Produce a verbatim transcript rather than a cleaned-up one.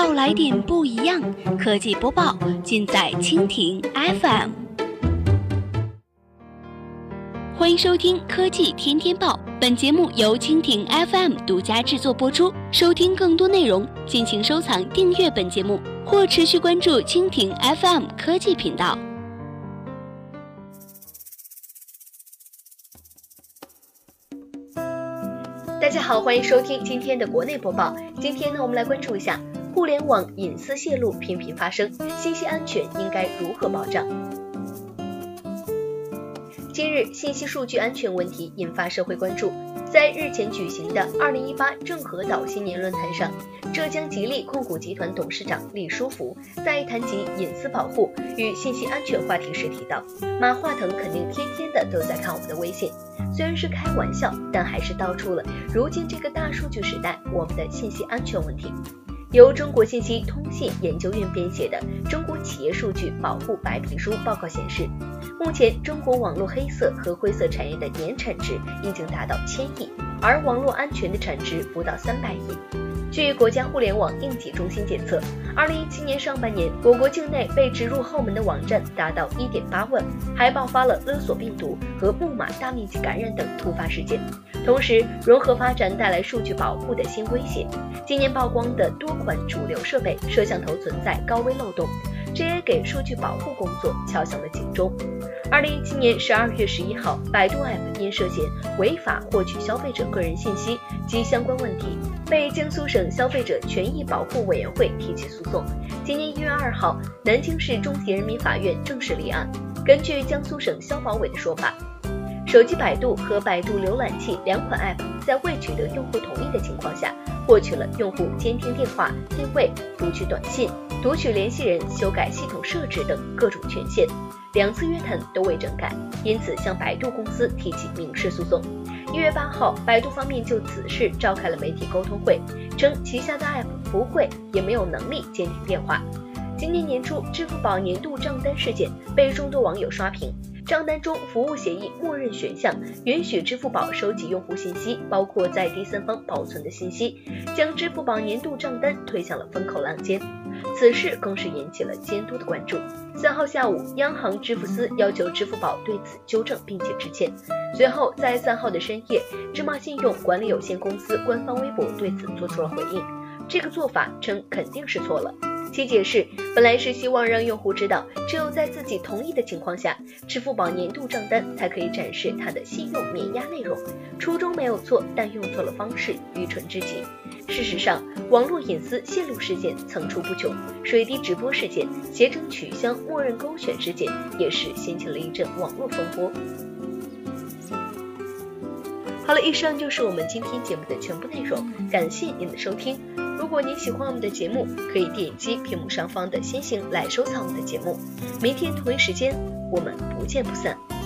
要来点不一样，科技播报尽在蜻蜓 F M。 欢迎收听科技天天报，本节目由蜻蜓 F M 独家制作播出。收听更多内容，敬请收藏订阅本节目或持续关注蜻蜓 F M 科技频道。 大家好，欢迎收听今天的国内播报。今天呢，我们来关注一下互联网隐私泄露频频发生，信息安全应该如何保障？近日，信息数据安全问题引发社会关注。在日前举行的二零一八郑和岛新年论坛上，浙江吉利控股集团董事长李书福在谈及隐私保护与信息安全话题时提到，马化腾肯定天天的都在看我们的微信，虽然是开玩笑，但还是道出了如今这个大数据时代我们的信息安全问题。由中国信息通信研究院编写的《中国企业数据保护白皮书》报告显示，目前中国网络黑色和灰色产业的年产值已经达到千亿，而网络安全的产值不到三百亿。据国家互联网应急中心检测，二零一七年上半年，我国境内被植入后门的网站达到 一点八万，还爆发了勒索病毒和木马大面积感染等突发事件。同时，融合发展带来数据保护的新威胁。今年曝光的多款主流设备摄像头存在高危漏洞，这也给数据保护工作敲响了警钟。二零一七年十二月十一号，百度 App 因涉嫌违法获取消费者个人信息及相关问题，被江苏省消费者权益保护委员会提起诉讼。今年一月二号，南京市中级人民法院正式立案。根据江苏省消保委的说法，手机百度和百度浏览器两款 App 在未取得用户同意的情况下，获取了用户监听电话、定位、读取短信、读取联系人、修改系统设置等各种权限，两次约谈都未整改，因此向百度公司提起民事诉讼。一月八号，百度方面就此事召开了媒体沟通会，称旗下的 App 不会也没有能力监听电话。今年年初，支付宝年度账单事件被众多网友刷屏。账单中服务协议默认选项允许支付宝收集用户信息，包括在第三方保存的信息，将支付宝年度账单推向了风口浪尖。此事更是引起了监督的关注。三号下午，央行支付司要求支付宝对此纠正并且致歉。随后，在三号的深夜，芝麻信用管理有限公司官方微博对此做出了回应，这个做法称肯定是错了。其解释本来是希望让用户知道，只有在自己同意的情况下，支付宝年度账单才可以展示它的信用免押内容，初衷没有错，但用错了方式，愚蠢至极。事实上，网络隐私泄露事件层出不穷，水滴直播事件、携程取消默认勾选事件也是掀起了一阵网络风波。好了，以上就是我们今天节目的全部内容，感谢您的收听。如果您喜欢我们的节目，可以点击屏幕上方的星星来收藏我们的节目。明天同一时间，我们不见不散。